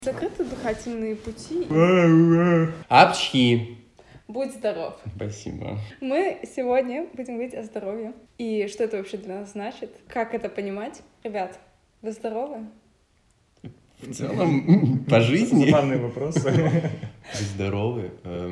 Закрыты дыхательные пути. Апчхи. Будь здоров. Спасибо. Мы сегодня будем говорить о здоровье. И что это вообще для нас значит? Как это понимать? Ребят, вы здоровы? В целом, по жизни. Забавный вопрос. Вы здоровы?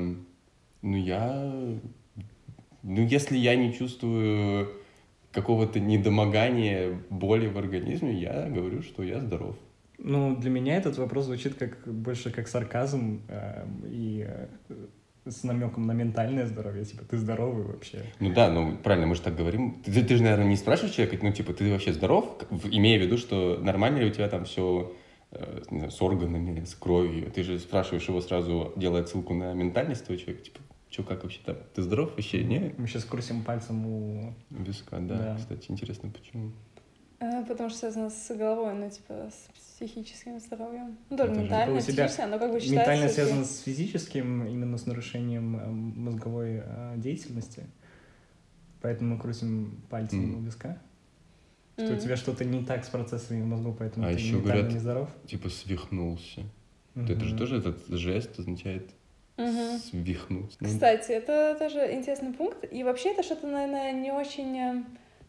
Если я не чувствую какого-то недомогания, боли в организме, я говорю, что я здоров. Для меня этот вопрос звучит больше как сарказм и с намеком на ментальное здоровье. Типа, ты здоровый вообще? Правильно, мы же так говорим. Ты же, наверное, не спрашиваешь человека, ты вообще здоров, имея в виду, что нормально ли у тебя там все с органами, с кровью. Ты же спрашиваешь его сразу, делая ссылку на ментальность твоего человека, типа, как вообще там? Ты здоров вообще? Не? Мы сейчас крутим пальцем у виска, да. Кстати, интересно, почему? Потому что связано с головой, с психическим здоровьем. Тоже ментально, психическое, но как бы считается... Ментально связано с физическим, именно с нарушением мозговой деятельности. Поэтому мы крутим пальцем у виска. Что у тебя что-то не так с процессами в мозгу, поэтому ты еще ментально говорят, нездоров. Типа свихнулся. Это же тоже этот жест означает свихнуться. Кстати, это тоже интересный пункт. И вообще это что-то, наверное, не очень,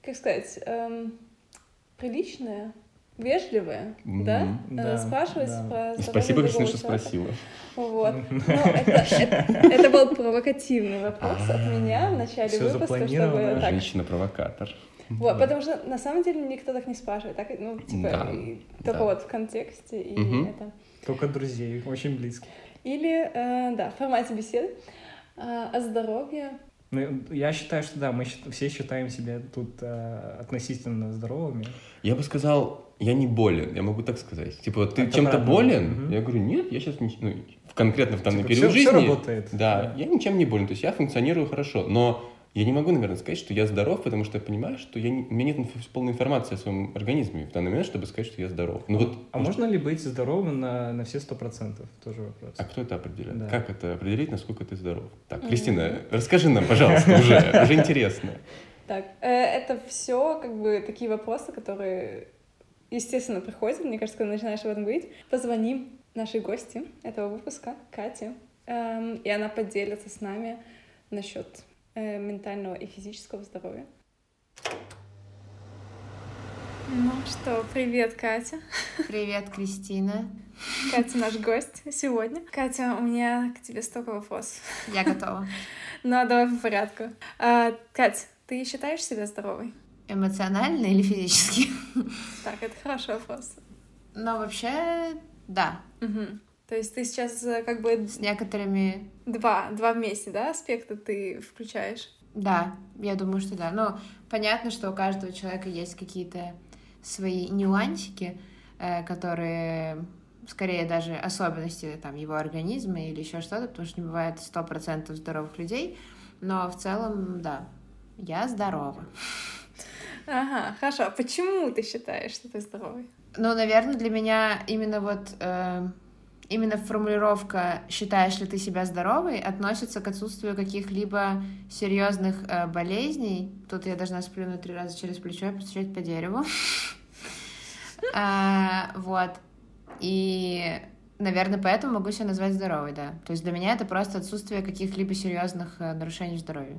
приличное, вежливое, да? Спрашивать про здоровье. Спасибо, Кристина, что спросила. Вот. Это был провокативный вопрос от меня в начале выпуска, чтобы так... Женщина-провокатор. Вот, потому что на самом деле никто так не спрашивает, так, только вот в контексте и это. Только друзей, очень близко. Или, в формате беседы о здоровье. Я считаю, что мы все считаем себя тут относительно здоровыми. Я бы сказал, я не болен, я могу так сказать. Типа, ты чем-то болен? Я говорю, нет, я сейчас конкретно в данный период жизни... Все работает. Да, я ничем не болен, то есть я функционирую хорошо, но я не могу, наверное, сказать, что я здоров, потому что я понимаю, что у меня нет полной информации о своем организме в данный момент, чтобы сказать, что я здоров. Можно ли быть здоровым на все 100%? Тоже вопрос. А кто это определяет? Да. Как это определить, насколько ты здоров? Так, Кристина, расскажи нам, пожалуйста, уже интересно. Так, это все такие вопросы, которые, естественно, приходят, мне кажется, когда начинаешь об этом говорить. Позвоним нашей гости этого выпуска, Кате, и она поделится с нами насчет ментального и физического здоровья. Ну что, привет, Катя. Привет, Кристина. Катя наш гость сегодня. Катя, у меня к тебе столько вопросов. Я готова. Давай по порядку. Катя, ты считаешь себя здоровой? Эмоционально или физически? Так, это хороший вопрос. Вообще, да. То есть ты сейчас с некоторыми... Два вместе, да, аспекта ты включаешь? Да, я думаю, что да. Понятно, что у каждого человека есть какие-то свои нюансики, которые скорее даже особенности его организма или еще что-то, потому что не бывает 100% здоровых людей, но в целом, да, я здорова. Ага, хорошо. А почему ты считаешь, что ты здоровый? Наверное, для меня именно формулировка «считаешь ли ты себя здоровой» относится к отсутствию каких-либо серьезных болезней. Тут я должна сплюнуть 3 раза через плечо и постучать по дереву. Вот. И, наверное, поэтому могу себя назвать здоровой, да. То есть для меня это просто отсутствие каких-либо серьезных нарушений здоровья.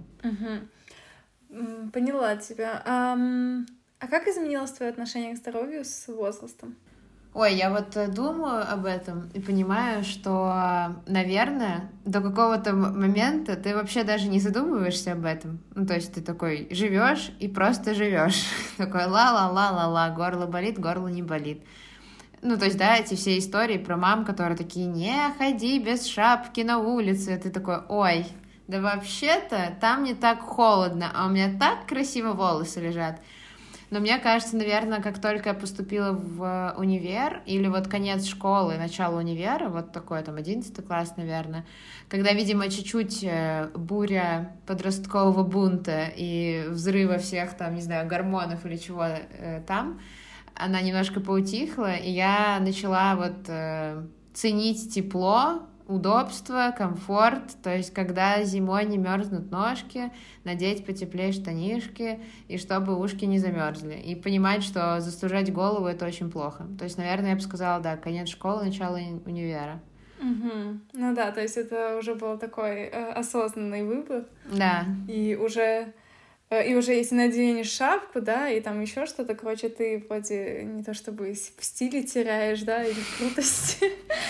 Поняла тебя. А как изменилось твое отношение к здоровью с возрастом? Ой, я думаю об этом и понимаю, что, наверное, до какого-то момента ты вообще даже не задумываешься об этом. То есть ты такой живешь и просто живешь. Такой ла-ла-ла-ла-ла, горло болит, горло не болит. То есть, да, эти все истории про мам, которые такие, не ходи без шапки на улице. Ты такой, ой, да вообще-то там не так холодно, а у меня так красиво волосы лежат. Но мне кажется, наверное, как только я поступила в универ, или конец школы, начало универа, такой 11 класс, наверное, когда, видимо, чуть-чуть буря подросткового бунта и взрыва всех гормонов или чего там, она немножко поутихла, и я начала ценить тепло, удобство, комфорт, то есть когда зимой не мерзнут ножки, надеть потеплее штанишки, и чтобы ушки не замерзли. И понимать, что застужать голову — это очень плохо. То есть, наверное, я бы сказала, да, конец школы, начало универа. Угу. Ну да, то есть это уже был такой осознанный выбор. Да. И уже если наденешь шапку, да, и там еще что-то, короче, ты вроде не то чтобы в стиле теряешь, да, или в крутости.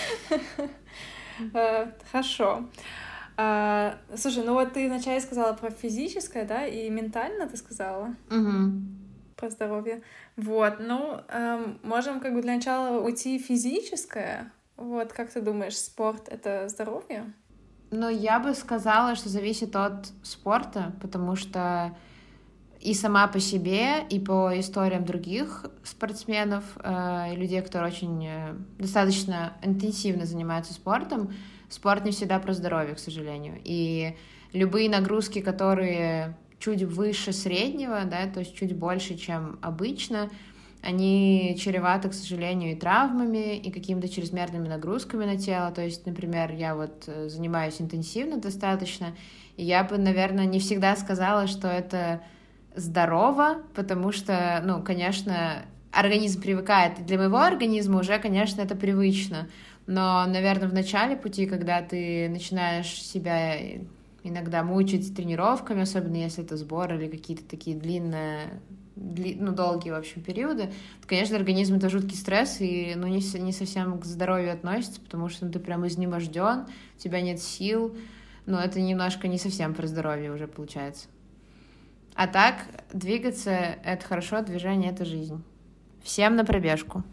Хорошо. Слушай, ну вот ты вначале сказала про физическое, да, и ментально ты сказала про здоровье. Вот, ну, можем как бы для начала уйти в физическое. Вот, как ты думаешь, спорт — это здоровье? Ну, я бы сказала, что зависит от спорта, потому что и сама по себе, и по историям других спортсменов, и людей, которые очень достаточно интенсивно занимаются спортом, спорт не всегда про здоровье, к сожалению. И любые нагрузки, которые чуть выше среднего, да, то есть чуть больше, чем обычно, они чреваты, к сожалению, и травмами, и какими-то чрезмерными нагрузками на тело. То есть, например, я вот занимаюсь интенсивно достаточно, и я бы, наверное, не всегда сказала, что это здорово, потому что, ну, конечно, организм привыкает. И для моего организма уже, конечно, это привычно. Но, наверное, в начале пути, когда ты начинаешь себя иногда мучить тренировками, особенно если это сбор или какие-то такие долгие, в общем, периоды, то, конечно, организм — это жуткий стресс, и, ну, не совсем к здоровью относится, потому что, ну, ты прям изнеможден, у тебя нет сил, но это немножко не совсем про здоровье уже получается. А так, двигаться — это хорошо, движение — это жизнь. Всем на пробежку.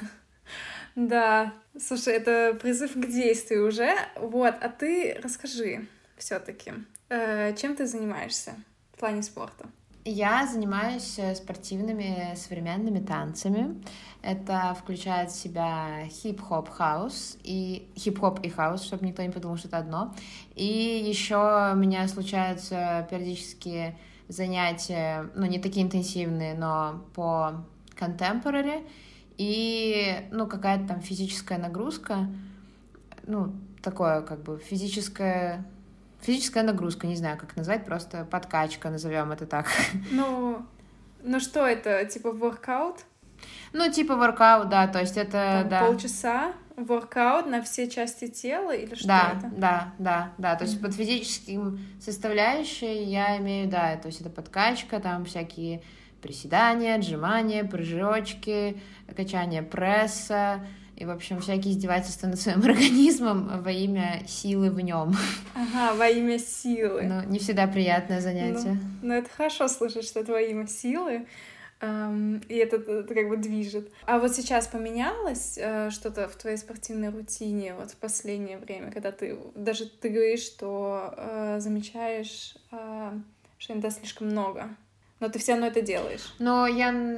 Да, слушай, это призыв к действию уже. Вот, а ты расскажи все-таки, чем ты занимаешься в плане спорта? Я занимаюсь спортивными современными танцами. Это включает в себя хип-хоп хаус и хип-хоп и хаус, чтобы никто не подумал, что это одно. И еще у меня случаются периодически занятия, ну, не такие интенсивные, но по contemporary, и, ну, какая-то там физическая нагрузка, ну, такое, как бы, физическая нагрузка, не знаю, как назвать, просто подкачка, назовем это так. Ну что это, типа воркаут? Ну, типа воркаут, да, то есть это, там, да. Полчаса воркаут на все части тела или что это? Да, то есть под физическим составляющей я имею, да, то есть это подкачка, там всякие приседания, отжимания, прыжочки, качание пресса, и, в общем, всякие издевательства над своим организмом во имя силы в нем. Ага, во имя силы. Ну, не всегда приятное занятие. Ну, это хорошо слышать, что это во имя силы, и это как бы движет. А вот сейчас поменялось что-то в твоей спортивной рутине вот в последнее время, когда ты говоришь, что замечаешь, что иногда слишком много, но ты все равно это делаешь? Но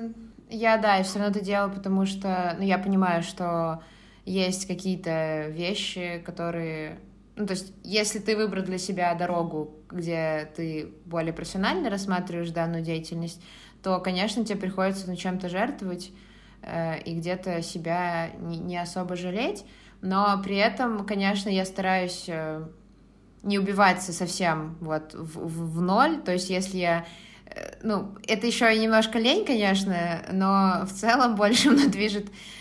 я все равно это делаю, потому что, ну, я понимаю, что есть какие-то вещи, которые... Ну, то есть, если ты выбрал для себя дорогу, где ты более профессионально рассматриваешь данную деятельность, то, конечно, тебе приходится чем-то жертвовать и где-то себя не особо жалеть, но при этом, конечно, я стараюсь не убиваться совсем вот в ноль, то есть если я... Ну, это еще и немножко лень, конечно, но в целом больше мной движет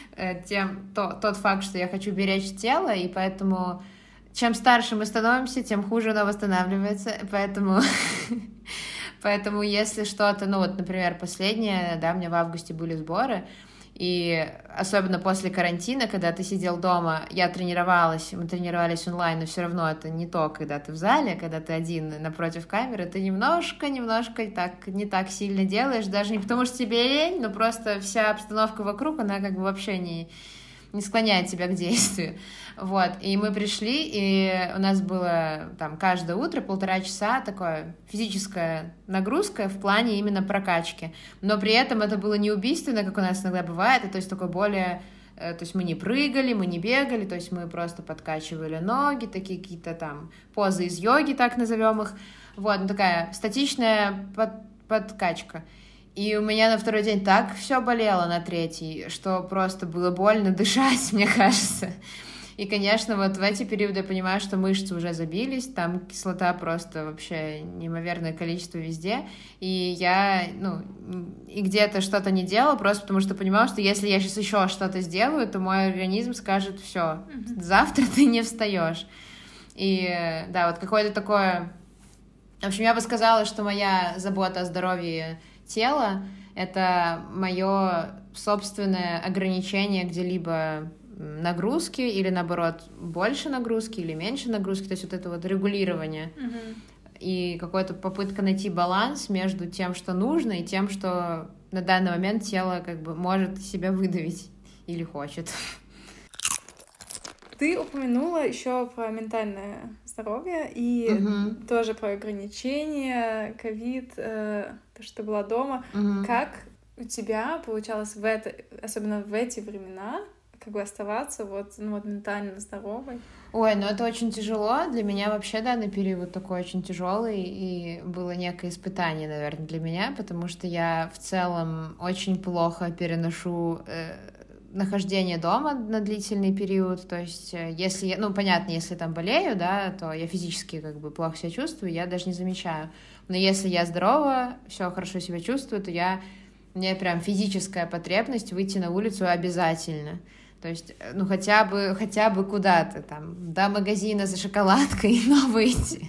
тот факт, что я хочу беречь тело, и поэтому чем старше мы становимся, тем хуже оно восстанавливается, поэтому если что-то, ну вот, например, последнее, да, у меня в августе были сборы, и особенно после карантина, когда ты сидел дома, мы тренировались онлайн, но все равно это не то, когда ты в зале, когда ты один напротив камеры, ты немножко не так сильно делаешь, даже не потому что тебе лень, но просто вся обстановка вокруг, она как бы вообще не склоняет тебя к действию. Вот, и мы пришли, и у нас было там каждое утро 1,5 часа такая физическая нагрузка в плане именно прокачки. Но при этом это было не убийственно, как у нас иногда бывает, то есть такое более... То есть мы не прыгали, мы не бегали, то есть мы просто подкачивали ноги, такие какие-то там позы из йоги, так назовем их. Вот, ну такая статичная подкачка. И у меня на второй день так все болело, на третий, что просто было больно дышать, мне кажется. И, конечно, вот в эти периоды я понимаю, что мышцы уже забились, там кислота просто вообще неимоверное количество везде, и я, и где-то что-то не делала, просто потому что понимала, что если я сейчас еще что-то сделаю, то мой организм скажет: все, завтра ты не встаешь. И да, вот какое-то такое... В общем, я бы сказала, что моя забота о здоровье тела — это мое собственное ограничение где-либо нагрузки или, наоборот, больше нагрузки или меньше нагрузки, то есть вот это вот регулирование и какая-то попытка найти баланс между тем, что нужно, и тем, что на данный момент тело как бы может себя выдавить или хочет. Ты упомянула еще про ментальное здоровье и тоже про ограничения, ковид, то, что ты была дома. Как у тебя получалось особенно в эти времена, как бы оставаться вот ментально здоровой? Ой, это очень тяжело. Для меня вообще данный период такой очень тяжелый, и было некое испытание, наверное, для меня, потому что я в целом очень плохо переношу нахождение дома на длительный период, то есть если я, понятно, если там болею, да, то я физически как бы плохо себя чувствую, я даже не замечаю, но если я здорова, все хорошо себя чувствую, то у меня прям физическая потребность выйти на улицу обязательно, то есть, хотя бы куда-то там, до магазина за шоколадкой, но выйти.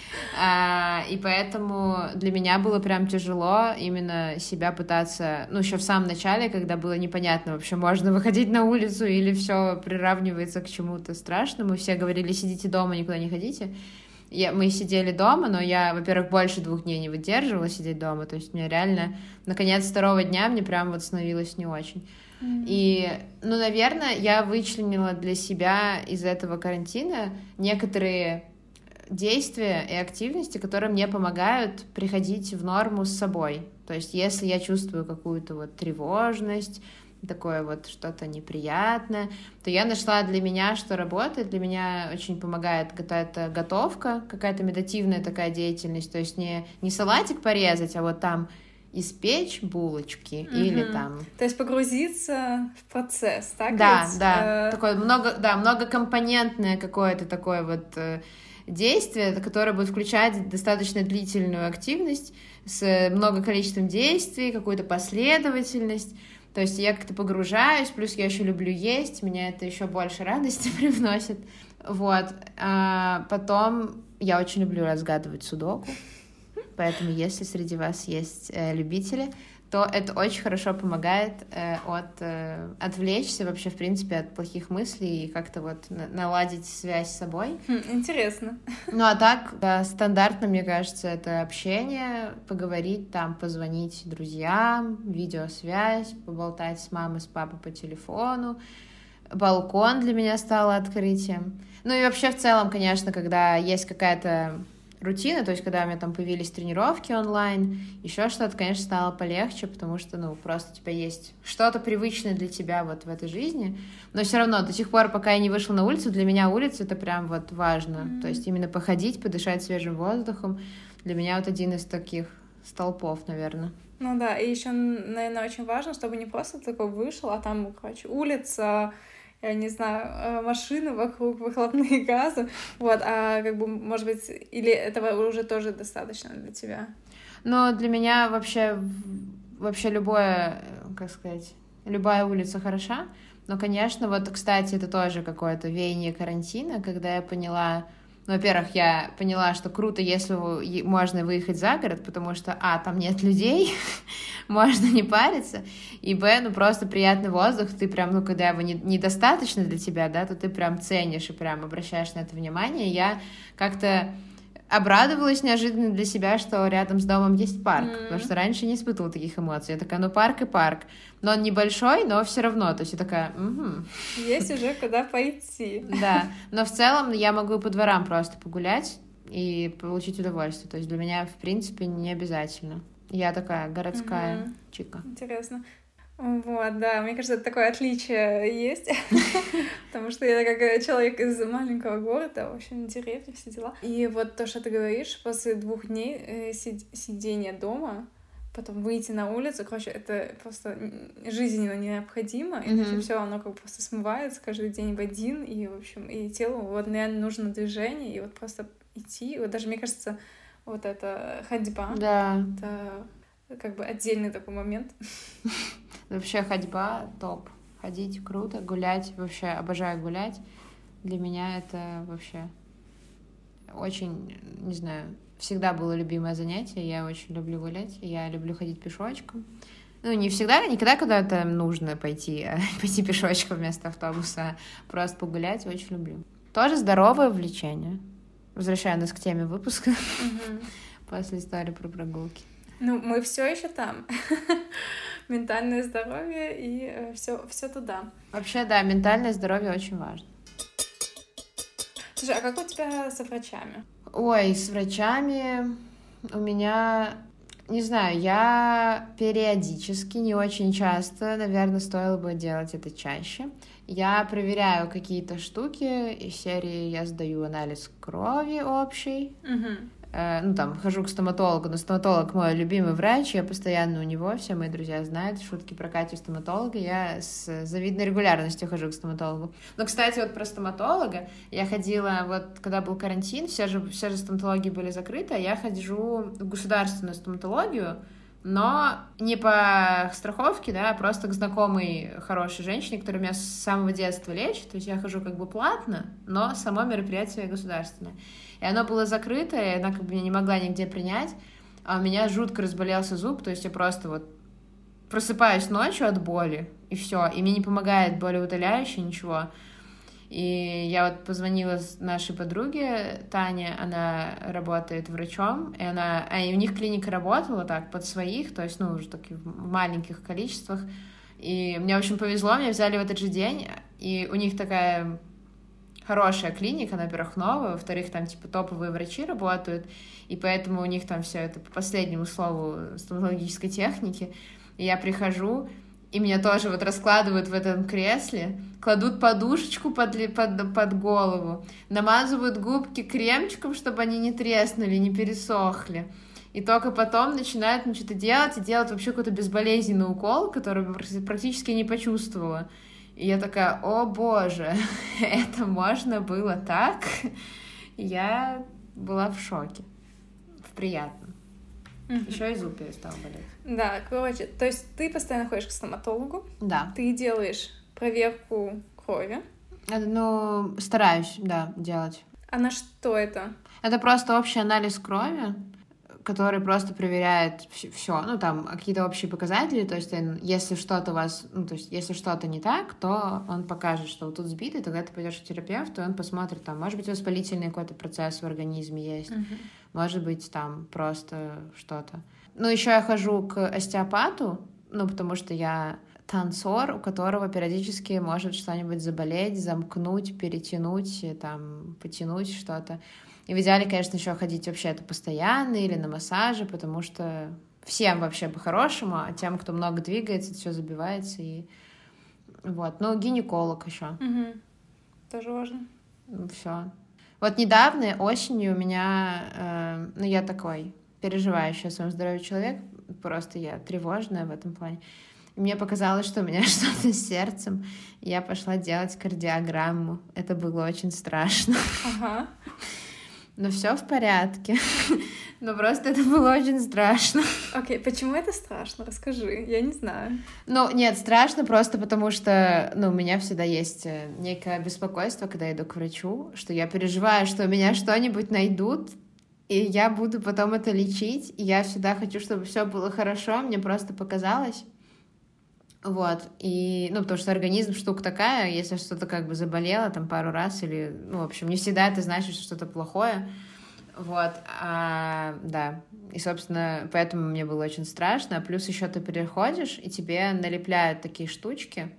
И поэтому для меня было прям тяжело именно себя пытаться, еще в самом начале, когда было непонятно вообще, можно выходить на улицу или все приравнивается к чему-то страшному. Все говорили: сидите дома, никуда не ходите. Мы сидели дома, но я, во-первых, больше 2 дней не выдерживала сидеть дома, то есть мне реально, наконец, 2-го дня мне прям вот становилось не очень. И, наверное, я вычленила для себя из этого карантина некоторые действия и активности, которые мне помогают приходить в норму с собой. То есть если я чувствую какую-то вот тревожность, такое вот что-то неприятное, то я нашла для меня, что работает. Для меня очень помогает какая-то готовка, какая-то медитативная такая деятельность. То есть не салатик порезать, а вот там испечь булочки или там... То есть погрузиться в процесс, так? Да. Такое многокомпонентное какое-то такое вот... действие, которое будет включать достаточно длительную активность с много количеством действий, какую-то последовательность. То есть я как-то погружаюсь, плюс я еще люблю есть, меня это еще больше радости привносит. Вот. А потом я очень люблю разгадывать судоку, поэтому если среди вас есть любители, то это очень хорошо помогает отвлечься вообще, в принципе, от плохих мыслей и как-то вот наладить связь с собой. Интересно. А так, да, стандартно, мне кажется, это общение, поговорить там, позвонить друзьям, видеосвязь, поболтать с мамой, с папой по телефону. Балкон для меня стал открытием. И вообще в целом, конечно, когда есть какая-то рутина, то есть когда у меня там появились тренировки онлайн, еще что-то, конечно, стало полегче, потому что, просто у тебя есть что-то привычное для тебя вот в этой жизни, но все равно до тех пор, пока я не вышла на улицу, для меня улица — это прям вот важно, то есть именно походить, подышать свежим воздухом, для меня вот один из таких столпов, наверное. Да, и еще, наверное, очень важно, чтобы не просто такой вышел, а там, улица, я не знаю, машины вокруг, выхлопные газы, а как бы, может быть, или этого уже тоже достаточно для тебя? Для меня вообще любая улица хороша, но, конечно, кстати, это тоже какое-то веяние карантина, когда я поняла... во-первых, я поняла, что круто, если можно выехать за город, потому что, там нет людей, можно не париться, и, просто приятный воздух, ты прям, когда его недостаточно для тебя, да, то ты прям ценишь и прям обращаешь на это внимание. Я как-то обрадовалась неожиданно для себя, что рядом с домом есть парк, потому что раньше не испытывала таких эмоций. Я такая, парк и парк. Но он небольшой, но все равно. То есть я такая, Есть уже куда пойти. Да, но в целом я могу по дворам просто погулять и получить удовольствие. То есть для меня, в принципе, не обязательно. Я такая городская чика. Интересно. Да, мне кажется, это такое отличие есть, потому что я как человек из маленького города, в общем, деревня, все дела. И вот то, что ты говоришь, после 2 дней сидения дома, потом выйти на улицу, короче, это просто жизненно необходимо, иначе все оно как бы просто смывается каждый день в один, и, в общем, и телу вот, наверное, нужно движение, и вот просто идти, вот даже, мне кажется, вот эта ходьба, Да. это как бы отдельный такой момент. Вообще ходьба топ. Ходить круто, гулять, вообще обожаю гулять. Для меня это вообще очень, не знаю, всегда было любимое занятие. Я очень люблю гулять, я люблю ходить пешочком. Ну, не всегда, никогда куда-то нужно пойти пешочком вместо автобуса, а просто погулять очень люблю. Тоже здоровое увлечение. Возвращаю нас к теме выпуска после истории про прогулки. Ну, мы все еще там. Ментальное здоровье и все туда. Вообще, да, ментальное здоровье очень важно. Слушай, а как у тебя со врачами? Ой, с врачами у меня, не знаю, я периодически, не очень часто, наверное, стоило бы делать это чаще. Я проверяю какие-то штуки, из серии я сдаю анализ крови общий. Ну, там, хожу к стоматологу, но стоматолог мой любимый врач, я постоянно у него, все мои друзья знают шутки про Катю стоматолога, я с завидной регулярностью хожу к стоматологу. Но, кстати, вот про стоматолога, я ходила, вот, когда был карантин, все же стоматологии были закрыты, а я хожу в государственную стоматологию, но не по страховке, да, а просто к знакомой хорошей женщине, которая меня с самого детства лечит, то есть я хожу как бы платно, но само мероприятие государственное. И оно было закрыто, и она как бы меня не могла нигде принять, а у меня жутко разболелся зуб, то есть я просто вот просыпаюсь ночью от боли, и все, и мне не помогает болеутоляющее, ничего. И я вот позвонила нашей подруге Тане, она работает врачом, и у них клиника работала так, под своих, то есть, ну, уже так в маленьких количествах. И мне, в общем, повезло, меня взяли в этот же день, и у них такая хорошая клиника, она, во-первых, новая, во-вторых, там, типа, топовые врачи работают, и поэтому у них там все это по последнему слову стоматологической техники. И я прихожу, и меня тоже вот раскладывают в этом кресле, кладут подушечку под голову, намазывают губки кремчиком, чтобы они не треснули, не пересохли. И только потом начинают что-то делать, и делать вообще какой-то безболезненный укол, который практически не почувствовала. И я такая: о боже, это можно было так? Я была в шоке, в приятном. Еще и зуб перестал болеть. Да, короче, то есть ты постоянно ходишь к стоматологу? Да. Ты делаешь проверку крови? Ну, стараюсь, да, делать. А на что это? Это просто общий анализ крови, который просто проверяет все, ну, там, какие-то общие показатели, то есть, если что-то у вас, ну, то есть, если что-то не так, то он покажет, что вот тут сбито, и тогда ты пойдешь к терапевту, и он посмотрит, там, может быть, воспалительный какой-то процесс в организме есть, может быть, там, просто что-то. Ну, еще я хожу к остеопату, ну, потому что я танцор, у которого периодически может что-нибудь заболеть, замкнуть, перетянуть, там, потянуть что-то. И в идеале, конечно, еще ходить вообще это постоянно или на массаже, потому что всем вообще по-хорошему, а тем, кто много двигается, это все забивается. И вот. Ну, гинеколог еще. Тоже важно. Все. Вот недавно, осенью, у меня... ну, я такой переживающий о своем здоровье человек, просто я тревожная в этом плане. И мне показалось, что у меня что-то с сердцем, и я пошла делать кардиограмму. Это было очень страшно. Ага. Но все в порядке. Но просто это было очень страшно. Окей, почему это страшно? Расскажи, я не знаю. Ну, нет, страшно просто потому, что, ну, у меня всегда есть некое беспокойство, когда я иду к врачу, что я переживаю, что у меня что-нибудь найдут, и я буду потом это лечить, и я всегда хочу, чтобы все было хорошо, мне просто показалось. Вот, и, ну, потому что организм штука такая, если что-то как бы заболело там пару раз или, ну, в общем, не всегда это значит, что что-то плохое, вот, да, и, собственно, поэтому мне было очень страшно, плюс еще ты переходишь, и тебе налепляют такие штучки,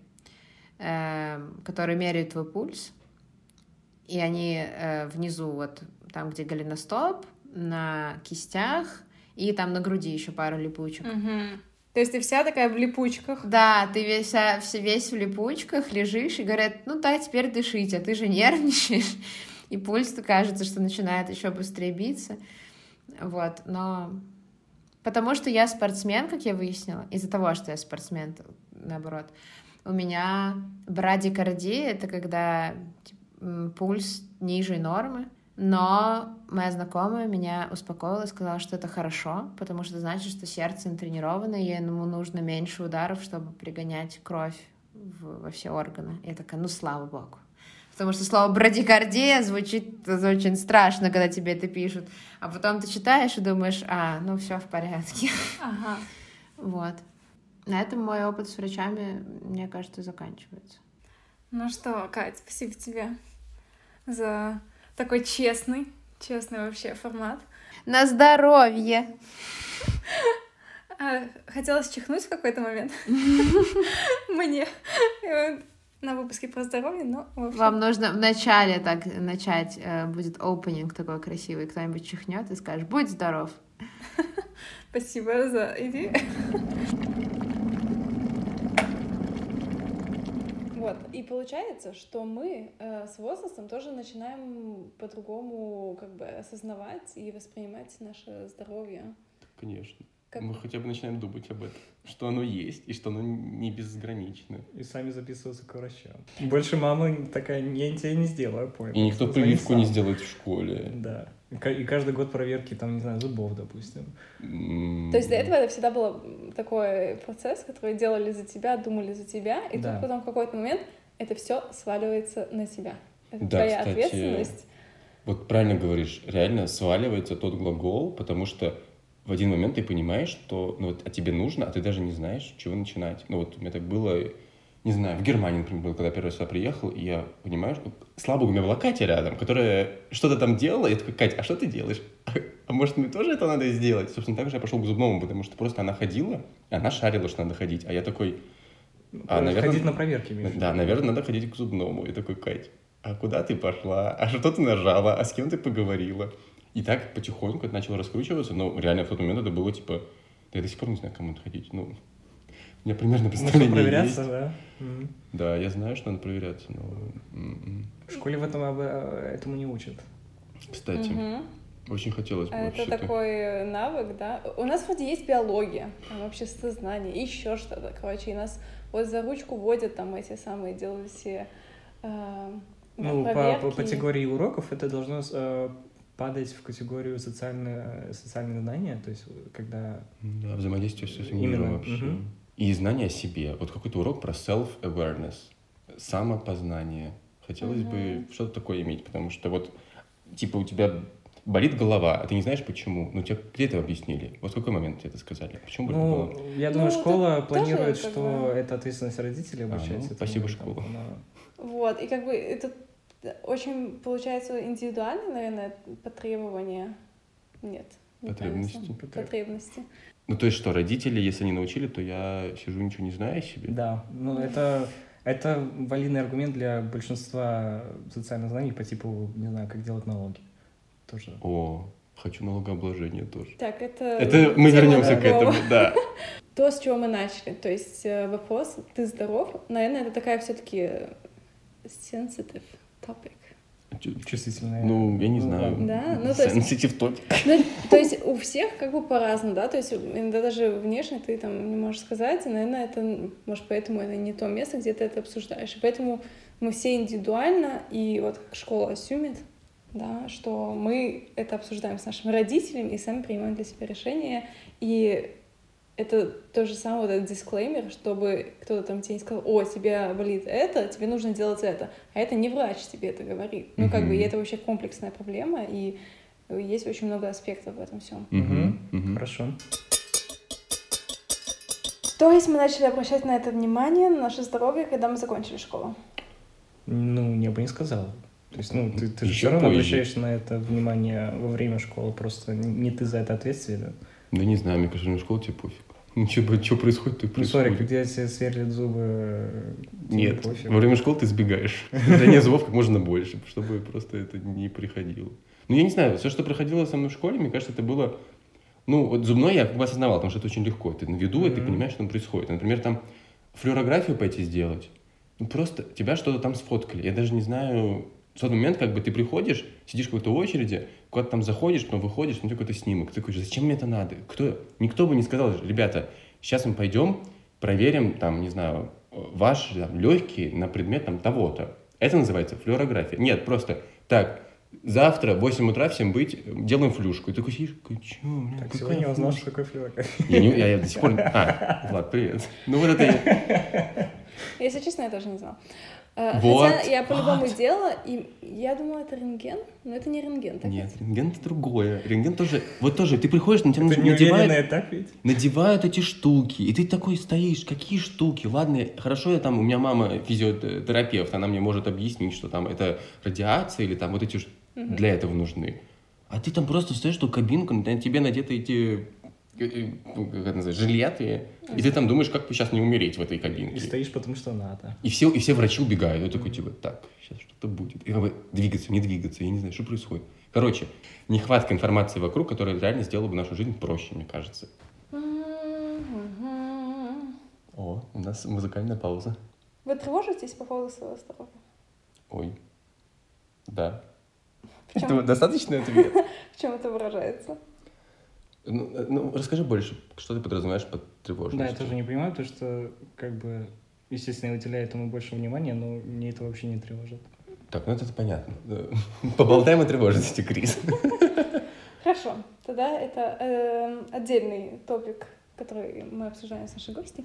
которые меряют твой пульс, и они внизу, вот, там, где голеностоп, на кистях, и там на груди еще пару липучек. То есть ты вся такая в липучках? Да, ты весь в липучках лежишь и говорят: ну да, теперь дышите, а ты же нервничаешь, и пульс, кажется, что начинает еще быстрее биться, вот, но Потому что я спортсмен, как я выяснила, из-за того, что я спортсмен, наоборот. У меня брадикардия — это когда пульс ниже нормы, но моя знакомая меня успокоила и сказала, что это хорошо, потому что значит, что сердце натренировано, и ему нужно меньше ударов, чтобы пригонять кровь во все органы. Я такая, ну, слава богу. Потому что слово брадикардия звучит очень страшно, когда тебе это пишут. А потом ты читаешь и думаешь, ну все в порядке. Ага. Вот. На этом мой опыт с врачами, мне кажется, заканчивается. Ну что, Кать, спасибо тебе за такой честный вообще формат. На здоровье! Хотелось чихнуть в какой-то момент. Мне на выпуске про здоровье, но... Вам нужно вначале так начать, будет опенинг такой красивый, кто-нибудь чихнет и скажет «Будь здоров». Спасибо за идею. Вот, и получается, что мы с возрастом тоже начинаем по-другому как бы осознавать и воспринимать наше здоровье. Конечно. Мы хотя бы начинаем думать об этом, что оно есть, и что оно не безгранично. И сами записываться к врачам. Больше мама такая, я тебе не сделаю, понял. И никто прививку не сделает в школе. Да. И каждый год проверки, там, не знаю, зубов, допустим. То есть до этого это всегда был такой процесс, который делали за тебя, думали за тебя, и тут потом в какой-то момент это все сваливается на тебя. Это твоя кстати, ответственность. Вот правильно говоришь, реально сваливается тот глагол, потому что в один момент ты понимаешь, что тебе нужно, а ты даже не знаешь, чего начинать. Ну вот у меня так было, не знаю, в Германии, например, было, когда я первый раз сюда приехал, и я понимаю, что, слава богу, у меня была Катя рядом, которая что-то там делала, и я такой, Катя, а что ты делаешь? А может, мне тоже это надо сделать? Собственно, так же я пошел к зубному, потому что просто она ходила, и она шарила, что надо ходить, а я такой... наверное, ходить на проверки. Да, наверное, надо ходить к зубному. И такой, Кать, а куда ты пошла? А что ты нажала? А с кем ты поговорила? И так потихоньку это начало раскручиваться, но реально в тот момент это было типа, да я до сих пор не знаю, к кому надо ходить. Ну, у меня примерно представление проверяться, есть. Да? Да, я знаю, что надо проверяться, но... В школе этому не учат. Кстати, очень хотелось бы Это такой навык, да? У нас вроде есть биология, там обществознание, еще что-то, короче, и нас вот за ручку водят там эти самые, делают все проверки. По категории уроков это должно падать в категорию социальные знания, то есть когда... Да, взаимодействие с миром вообще. И знание о себе. Вот какой-то урок про self-awareness, самопознание. Хотелось бы что-то такое иметь, потому что вот, типа, у тебя болит голова, а ты не знаешь почему. Ну, тебе где это объяснили? Вот в какой момент тебе это сказали? Почему болит голова? Я думаю, школа планирует, что это ответственность родителей обучать. Спасибо, школа. Вот, и как бы это очень, получается, индивидуально, наверное, потребования. Нет. Потребности. Ну, то есть что, родители, если не научили, то я сижу, ничего не знаю о себе? Да, ну это валидный аргумент для большинства социальных знаний по типу, не знаю, как делать налоги. Тоже. О, хочу налогообложение тоже. Так, это мы вернемся к этому, да. То, с чего мы начали, то есть вопрос «ты здоров?» Наверное, это такая все-таки sensitive topic. Чувствительная. Ну, я не знаю. Да, ну то есть... Sensitive topic. Ну, то есть у всех как бы по-разному, да, то есть иногда даже внешне ты там не можешь сказать, и, наверное, это, может, поэтому это не то место, где ты это обсуждаешь. И поэтому мы все индивидуально, и вот как школа асюмит, да, что мы это обсуждаем с нашими родителями и сами принимаем для себя решения, и это то же самое, вот этот дисклеймер, чтобы кто-то там тебе не сказал, о, тебе болит это, тебе нужно делать это. А это не врач тебе это говорит. Ну, как бы, и это вообще комплексная проблема, и есть очень много аспектов в этом всем. Хорошо. То есть мы начали обращать на это внимание, на наше здоровье, когда мы закончили школу? Ну, я бы не сказал. То есть, ну, ты же все равно обращаешь на это внимание во время школы, просто не ты за это ответственен. Да не знаю, мне кажется, на школу тебе пофиг. Ну, что происходит, то и происходит. Сори, когда тебе сверлят зубы, нет, пофиг. во время школы ты сбегаешь. Да не зубов как можно больше, чтобы просто это не приходило. Ну, я не знаю, все, что проходило со мной в школе, мне кажется, это было... Ну, вот зубной я как бы осознавал, потому что это очень легко. Ты на виду, и ты понимаешь, что там происходит. Например, там флюорографию пойти сделать. Ну, просто тебя что-то там сфоткали. Я даже не знаю, в тот момент как бы ты приходишь, сидишь в какой-то очереди, куда-то там заходишь, потом выходишь, смотри какой-то снимок. Ты такой, зачем мне это надо? Никто бы не сказал, ребята, сейчас мы пойдем, проверим, там, не знаю, ваш легкий на предмет там того-то. Это называется флюорография. Нет, просто так, завтра в 8 утра всем быть, делаем флюшку. И ты такой сидишь, чё, Так, сегодня я узнал, что такое флюорография. Я до сих пор... Влад, привет. Ну вот это... Если честно, я тоже не знала. Вот. Хотя я по-любому делала, и я думала, это рентген, но это не рентген. Так Нет, рентген это другое. Рентген тоже... Вот тоже, ты приходишь, на тебя надевают... так ведь? Надевают эти штуки, и ты такой стоишь, какие штуки? Ладно, хорошо, у меня мама физиотерапевт, она мне может объяснить, что там это радиация или там вот эти для этого нужны. А ты там просто стоишь в ту кабинку, на тебе надеты эти... как это называется, жилеты, и ты там думаешь, как бы сейчас не умереть в этой кабинке. И стоишь, потому что надо. И все врачи убегают. Я такой, типа, так, сейчас что-то будет. И как бы двигаться, не двигаться, я не знаю, что происходит. Короче, нехватка информации вокруг, которая реально сделала бы нашу жизнь проще, мне кажется. О, у нас музыкальная пауза. Вы тревожитесь по поводу своего здоровья? Ой, да. Это достаточный ответ? В чем это выражается? Ну, расскажи больше, что ты подразумеваешь под тревожностью. Да, я тоже не понимаю, потому что, как бы, естественно, я уделяю этому больше внимания, но мне это вообще не тревожит. Так, ну это понятно. Поболтаем о тревожности, Крис. Хорошо, тогда это отдельный топик, который мы обсуждаем с нашей гостьей.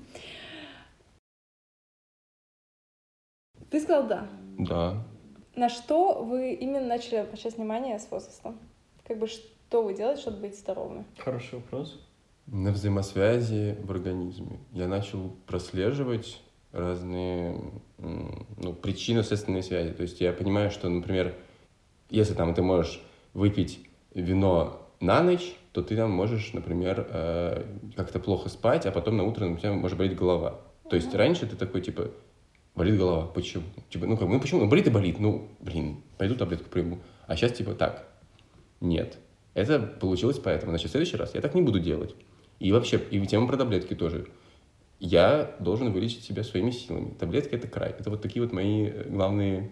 Ты сказал «да». Да. На что вы именно начали обращать внимание с возрастом? Как бы что вы делаете, чтобы быть здоровыми? Хороший вопрос. На взаимосвязи в организме. Я начал прослеживать разные причинно-следственные связи. То есть я понимаю, что, например, если там ты можешь выпить вино на ночь, то ты там можешь, например, как-то плохо спать, а потом на утро у тебя может болеть голова. То есть раньше ты такой, типа, болит голова, почему? Типа, почему? Болит и болит, пойду таблетку приму. А сейчас, типа, так, нет. Это получилось поэтому. Значит, в следующий раз я так не буду делать. И вообще, и тема про таблетки тоже. Я должен вылечить себя своими силами. Таблетки — это край. Это вот такие вот мои главные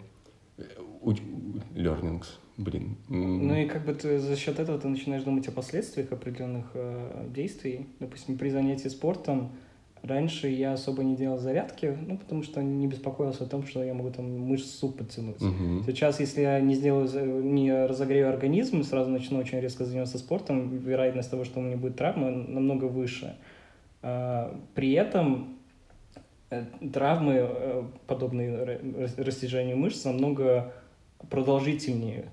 learnings. Блин. Ну и как бы ты за счет этого ты начинаешь думать о последствиях определенных действий. Допустим, при занятии спортом раньше я особо не делал зарядки, потому что не беспокоился о том, что я могу там мышцу подтянуть. Сейчас, если я не разогрею организм, сразу начну очень резко заниматься спортом, вероятность того, что у меня будет травма, намного выше. При этом травмы, подобные растяжению мышц, намного продолжительнее.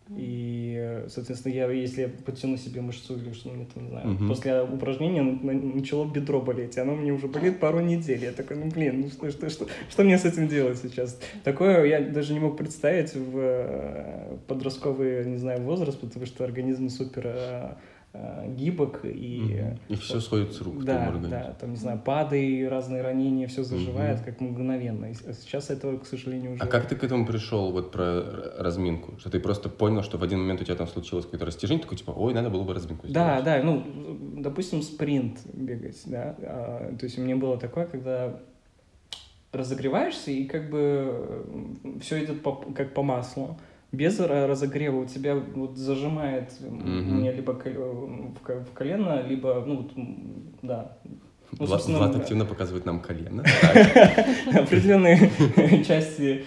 И, соответственно, если я подтяну себе мышцу или что-нибудь, не знаю, после упражнения начало бедро болеть, и оно мне уже болит пару недель. Я такой, что мне с этим делать сейчас? Такое я даже не мог представить в подростковый, не знаю, возраст, потому что организм супер гибок и все сходит с рук. Да, там, не знаю, пады, разные ранения, все заживает как мгновенно. А сейчас этого, к сожалению, уже... А как ты к этому пришел, вот про разминку? Что ты просто понял, что в один момент у тебя там случилось какое-то растяжение, такой, типа, ой, надо было бы разминку сделать. Да, допустим, спринт бегать, да. То есть у меня было такое, когда разогреваешься, и как бы все идет как по маслу. Без разогрева у тебя вот зажимает меня либо в колено, либо, да. Влад активно показывает нам колено. Определенные части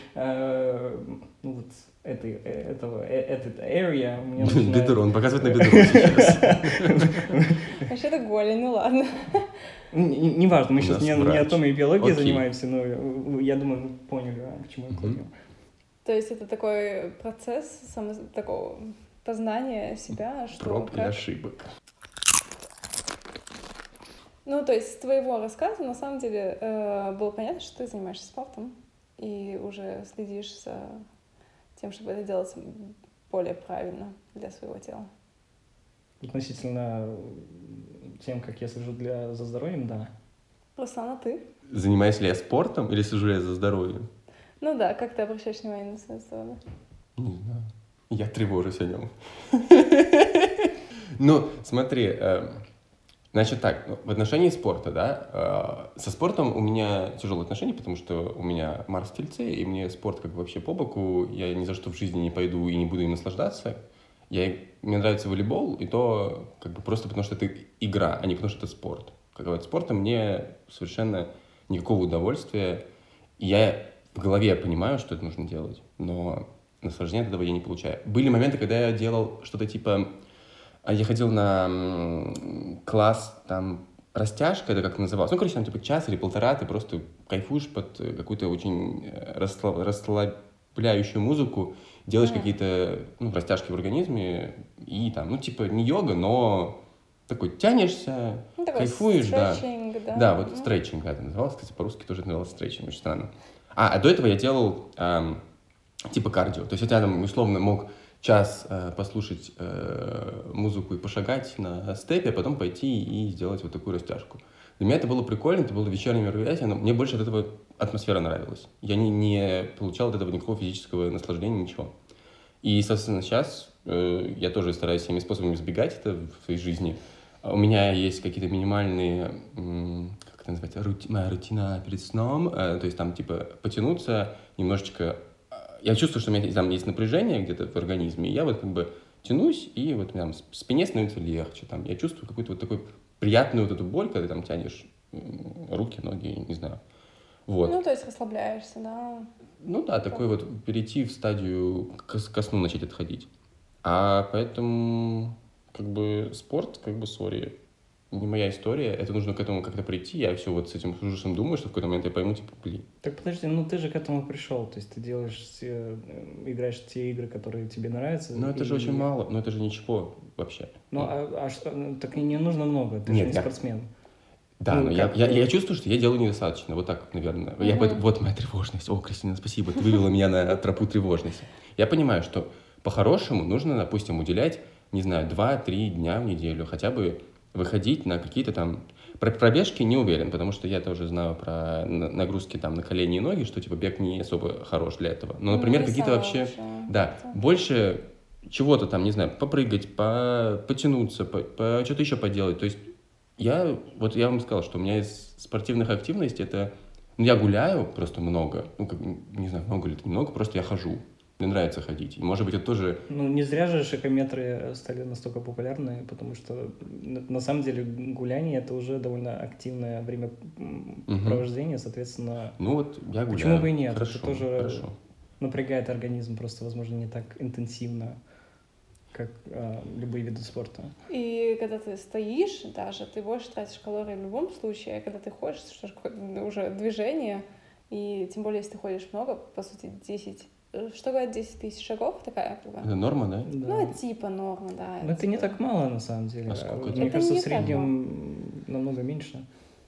этого area у меня начинает... Бедро, он показывает на бедро сейчас. Вообще-то голень, ну ладно. Неважно, мы сейчас не анатомией и биологией занимаемся, но я думаю, вы поняли, к чему я клоню. То есть это такой процесс такого познания себя, что... Проб и ошибок. Ну, то есть с твоего рассказа, на самом деле, было понятно, что ты занимаешься спортом и уже следишь за тем, чтобы это делать более правильно для своего тела. Относительно тем, как я слежу за здоровьем, да. Руслан, а ты? Занимаюсь ли я спортом или слежу ли я за здоровьем? Ну да, как ты обращаешь внимание на свое здоровье? Не знаю. Я тревожусь о нем. Ну, смотри, Значит так, в отношении спорта, да, со спортом у меня тяжелые отношения, потому что у меня Марс в Тельце, и мне спорт как бы вообще по боку, я ни за что в жизни не пойду и не буду им наслаждаться. Мне нравится волейбол, и то как бы просто потому, что это игра, а не потому, что это спорт. Как бы от спорта мне совершенно никакого удовольствия, и я в голове понимаю, что это нужно делать, но наслаждения от этого я не получаю. Были моменты, когда я делал что-то типа... Я ходил на класс, там, растяжка, это как называлось. Ну, короче, там, типа, час или полтора ты просто кайфуешь под какую-то очень расслабляющую музыку, делаешь какие-то, ну, растяжки в организме, и там, ну, типа, не йога, но такой тянешься, ну, кайфуешь, стретчинг, да. Да, вот стретчинг, это называлось, кстати, по-русски тоже это называлось стретчинг, очень странно. А до этого я делал, типа, кардио. То есть я там, условно, мог час послушать музыку и пошагать на степе, а потом пойти и сделать вот такую растяжку. Для меня это было прикольно, это было вечернее мероприятие, но мне больше от этого атмосфера нравилась. Я не получал от этого никакого физического наслаждения, ничего. И, собственно, сейчас я тоже стараюсь всеми способами избегать это в своей жизни. У меня есть какие-то минимальные, как это называется, моя рутина перед сном, то есть там типа потянуться немножечко. Я чувствую, что у меня там есть напряжение где-то в организме, и я вот как бы тянусь, и вот там спине становится легче. Там, я чувствую какую-то вот такую приятную вот эту боль, когда ты там тянешь руки, ноги, не знаю. Вот. Ну, то есть расслабляешься, да? Ну да, такой вот перейти в стадию ко сну начать отходить. А поэтому как бы спорт, как бы, сори, не моя история, это нужно к этому как-то прийти, я все вот с этим ужасом думаю, что в какой-то момент я пойму, типа, блин. Так подожди, ну ты же к этому пришел, то есть ты играешь в те игры, которые тебе нравятся. Ну это же очень мало, но это же ничего вообще. Ну что, так и не нужно много, ты же не спортсмен. Да, но я чувствую, что я делаю недостаточно, вот так, наверное. Вот моя тревожность. О, Кристина, спасибо, ты вывела меня на тропу тревожности. Я понимаю, что по-хорошему нужно, допустим, уделять, не знаю, 2-3 дня в неделю, хотя бы выходить на какие-то там... Про пробежки не уверен, потому что я тоже знаю про нагрузки там на колени и ноги, что типа бег не особо хорош для этого. Но, например, какие-то вообще... Да, больше чего-то там, не знаю, попрыгать, потянуться, что-то еще поделать. То есть я вам сказал, что у меня из спортивных активностей это... Ну, я гуляю просто много. Ну, не знаю, много ли это, немного, просто я хожу. Мне нравится ходить. И, может быть, это тоже... Ну, не зря же шагометры стали настолько популярны, потому что, на самом деле, гуляние — это уже довольно активное времяпровождение, соответственно... Ну, вот я гуляю. Почему бы и нет? Хорошо, это тоже напрягает организм просто, возможно, не так интенсивно, как любые виды спорта. И когда ты стоишь даже, ты больше тратишь калорий в любом случае, а когда ты ходишь, что же уже движение, и тем более, если ты ходишь много, по сути, 10... Что говорят, 10 тысяч шагов такая? Это норма, да? Ну, типа норма, да. Но это не так мало, на самом деле. А сколько? Мне кажется, в среднем намного меньше.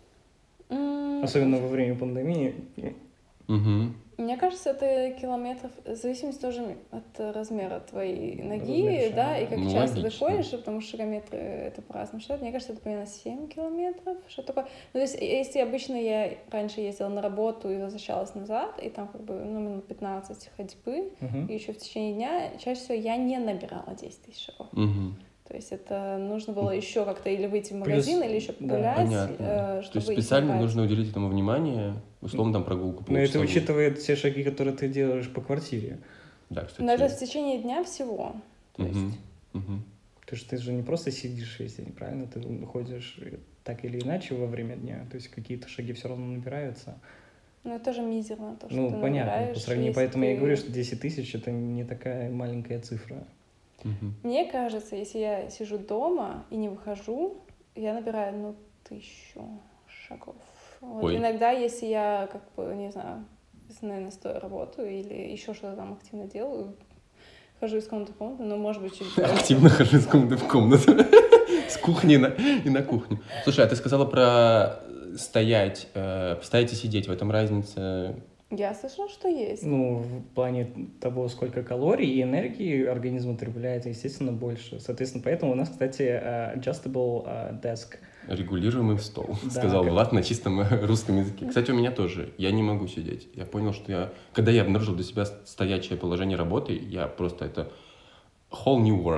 Особенно во время пандемии. Угу. Мне кажется, это километров, в зависимости тоже от размера твоей ноги, да, и как часто ты ходишь, потому что шагометры это по-разному считают. Мне кажется, это примерно 7 километров, что такое. Ну, то есть, если обычно я раньше ездила на работу и возвращалась назад, и там как бы, минут 15 ходьбы, и еще в течение дня, чаще всего я не набирала 10 тысяч шагов. То есть это нужно было еще как-то или выйти в магазин, или еще погулять, чтобы... То есть специально нужно уделить этому внимание, условно там прогулку. Но это учитывает все шаги, которые ты делаешь по квартире. Да, кстати. Но это в течение дня всего. То есть... Ты же не просто сидишь весь день, правильно? Ты ходишь так или иначе во время дня, то есть какие-то шаги все равно набираются. Ну, это же мизерно, то, что ты понятно, набираешь. По сравнению, поэтому я и говорю, что 10 тысяч — это не такая маленькая цифра. Мне кажется, если я сижу дома и не выхожу, я набираю, 1000 шагов. Вот. Иногда, если я, как бы, не знаю, наверное, стоя работаю или еще что-то там активно делаю, хожу из комнаты в комнату, но, может быть, чуть больше. Активно хожу из комнаты в комнату. С кухни и на кухню. Слушай, а ты сказала про стоять и сидеть. В этом разница... Я слышала, что есть. В плане того, сколько калорий и энергии организм употребляет, естественно, больше. Соответственно, поэтому у нас, кстати, adjustable desk. Регулируемый стол, сказал Влад на чистом русском языке. Кстати, у меня тоже. Я не могу сидеть. Я понял, что когда я обнаружил для себя стоячее положение работы, я просто это whole new world.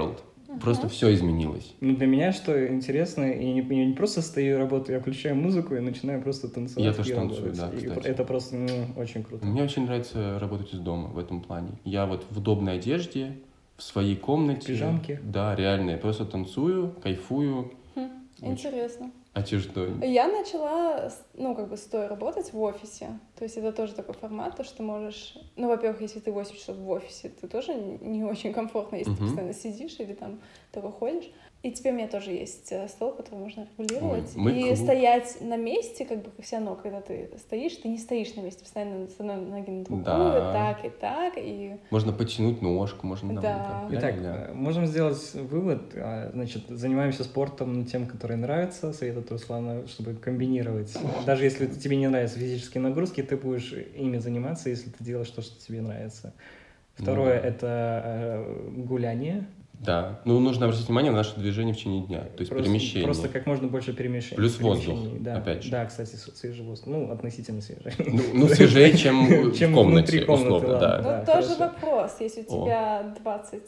Просто все изменилось. Ну, для меня что интересно, я не просто стою и работаю, я включаю музыку и начинаю просто танцевать. Я тоже и танцую, работать. да, И кстати. это просто очень круто. Мне очень нравится работать из дома в этом плане. Я вот в удобной одежде, в своей комнате. В пижамке. Да, реально. Я просто танцую, кайфую. Интересно. А ты что? Я начала, стоя работать в офисе. То есть это тоже такой формат, то, что ты можешь... Ну, во-первых, если ты 8 часов в офисе, ты тоже не очень комфортно, если ты постоянно сидишь или там только ходишь. И теперь у меня тоже есть стол, который можно регулировать. И стоять на месте, как все равно, когда ты стоишь, ты не стоишь на месте, постоянно с одной ноги на другую, так и так. И... Можно потянуть ножку, можно... Да. Итак, можем сделать вывод. Значит, занимаемся спортом тем, который нравится, совет Руслана, чтобы комбинировать. Даже если тебе не нравятся физические нагрузки, ты будешь ими заниматься, если ты делаешь то, что тебе нравится. Второе — это гуляние. Да. Ну, нужно обратить внимание на наше движение в течение дня, то есть перемещение. Просто как можно больше перемещений. Плюс воздух, да. опять же. Да, кстати, свежий воздух. Ну, относительно свежий. Ну, свежее, чем в комнате, условно, да. Ну, тоже вопрос. Если у тебя 20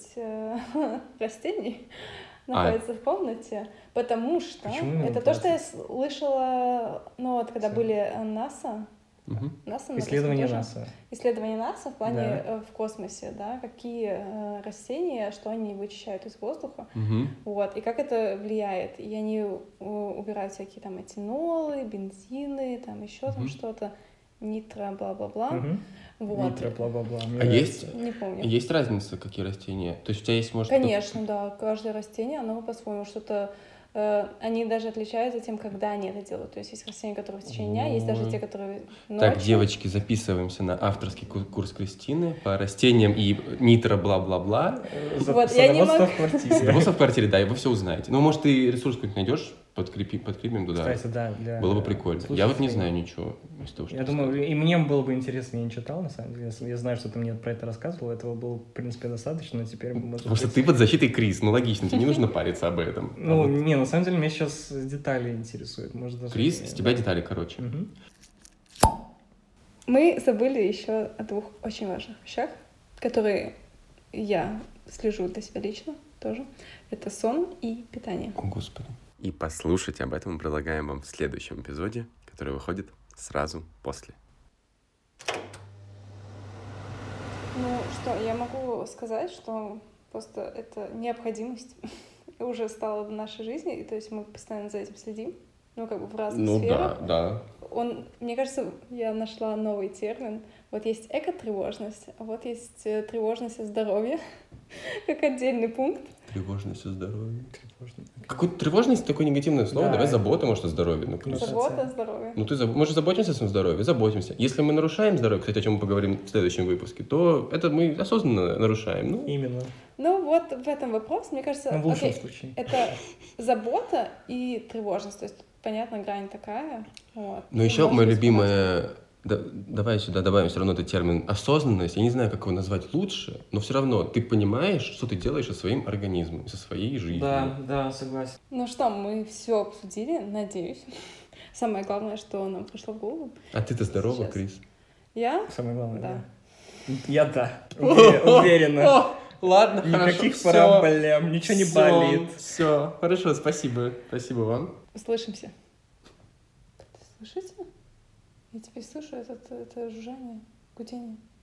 растений находится в комнате, потому что это то, что я слышала, когда были НАСА, исследования НАСА. Исследования НАСА в плане в космосе, да, какие растения, что они вычищают из воздуха, вот, и как это влияет. И они убирают всякие там этинолы, бензины, там еще там что-то, нитро, бла-бла-бла. Вот. Нитро, бла-бла-бла. А есть? Не помню. Есть разница, какие растения? То есть у тебя есть, может... Конечно, да. Каждое растение, оно по-своему что-то... Они даже отличаются тем, когда они это делают. То есть есть растения, которые в течение дня, есть даже те, которые ночью. Так, девочки, записываемся на авторский курс Кристины по растениям и нитро бла-бла-бла. Вот, я не могу... Садоводство в квартире, да, и вы все узнаете. Ну, может, ты ресурс какой-нибудь найдешь, подкрепим туда. Кстати, да. Было бы прикольно. Я вот не знаю ничего из того, что я думаю, и мне было бы интересно, я не читал, на самом деле. Я знаю, что ты мне про это рассказывал, этого было, в принципе, достаточно, но теперь... Потому что ты под защитой Крис, ну, логично, тебе не нужно париться об этом. Ну, не, на самом деле, меня сейчас детали интересуют. Крис, с тебя детали, короче. Мы забыли еще о двух очень важных вещах, которые я слежу для себя лично тоже. Это сон и питание. О, Господи. И послушать об этом мы предлагаем вам в следующем эпизоде, который выходит сразу после. Ну что, я могу сказать, что просто это необходимость уже стала в нашей жизни, и то есть мы постоянно за этим следим, в разных сферах. Ну да. Мне кажется, я нашла новый термин. Вот есть эко-тревожность, а вот есть тревожность о здоровье, как отдельный пункт. Тревожность о здоровье. Какой-то тревожность — такое негативное слово. Да. Давай забота, может, о здоровье. Забота о здоровье. Мы же заботимся о своем здоровье, заботимся. Если мы нарушаем здоровье, кстати, о чем мы поговорим в следующем выпуске, то это мы осознанно нарушаем. Именно. Ну вот в этом вопрос, мне кажется, в лучшем случае. Это забота и тревожность. То есть, понятно, грань такая. Вот. Но еще моя любимая... Давай сюда добавим все равно этот термин осознанность. Я не знаю, как его назвать лучше, но все равно ты понимаешь, что ты делаешь со своим организмом, со своей жизнью. Да, согласен. Ну что, мы все обсудили, надеюсь. Самое главное, что нам пришло в голову. А ты-то здорова, сейчас. Крис? Я? Самое главное, да. Я уверена. Ладно, никаких проблем, ничего не болит. Все, хорошо, спасибо. Спасибо вам. Услышимся. Слышите? Я теперь слышу это жужжание, гудение.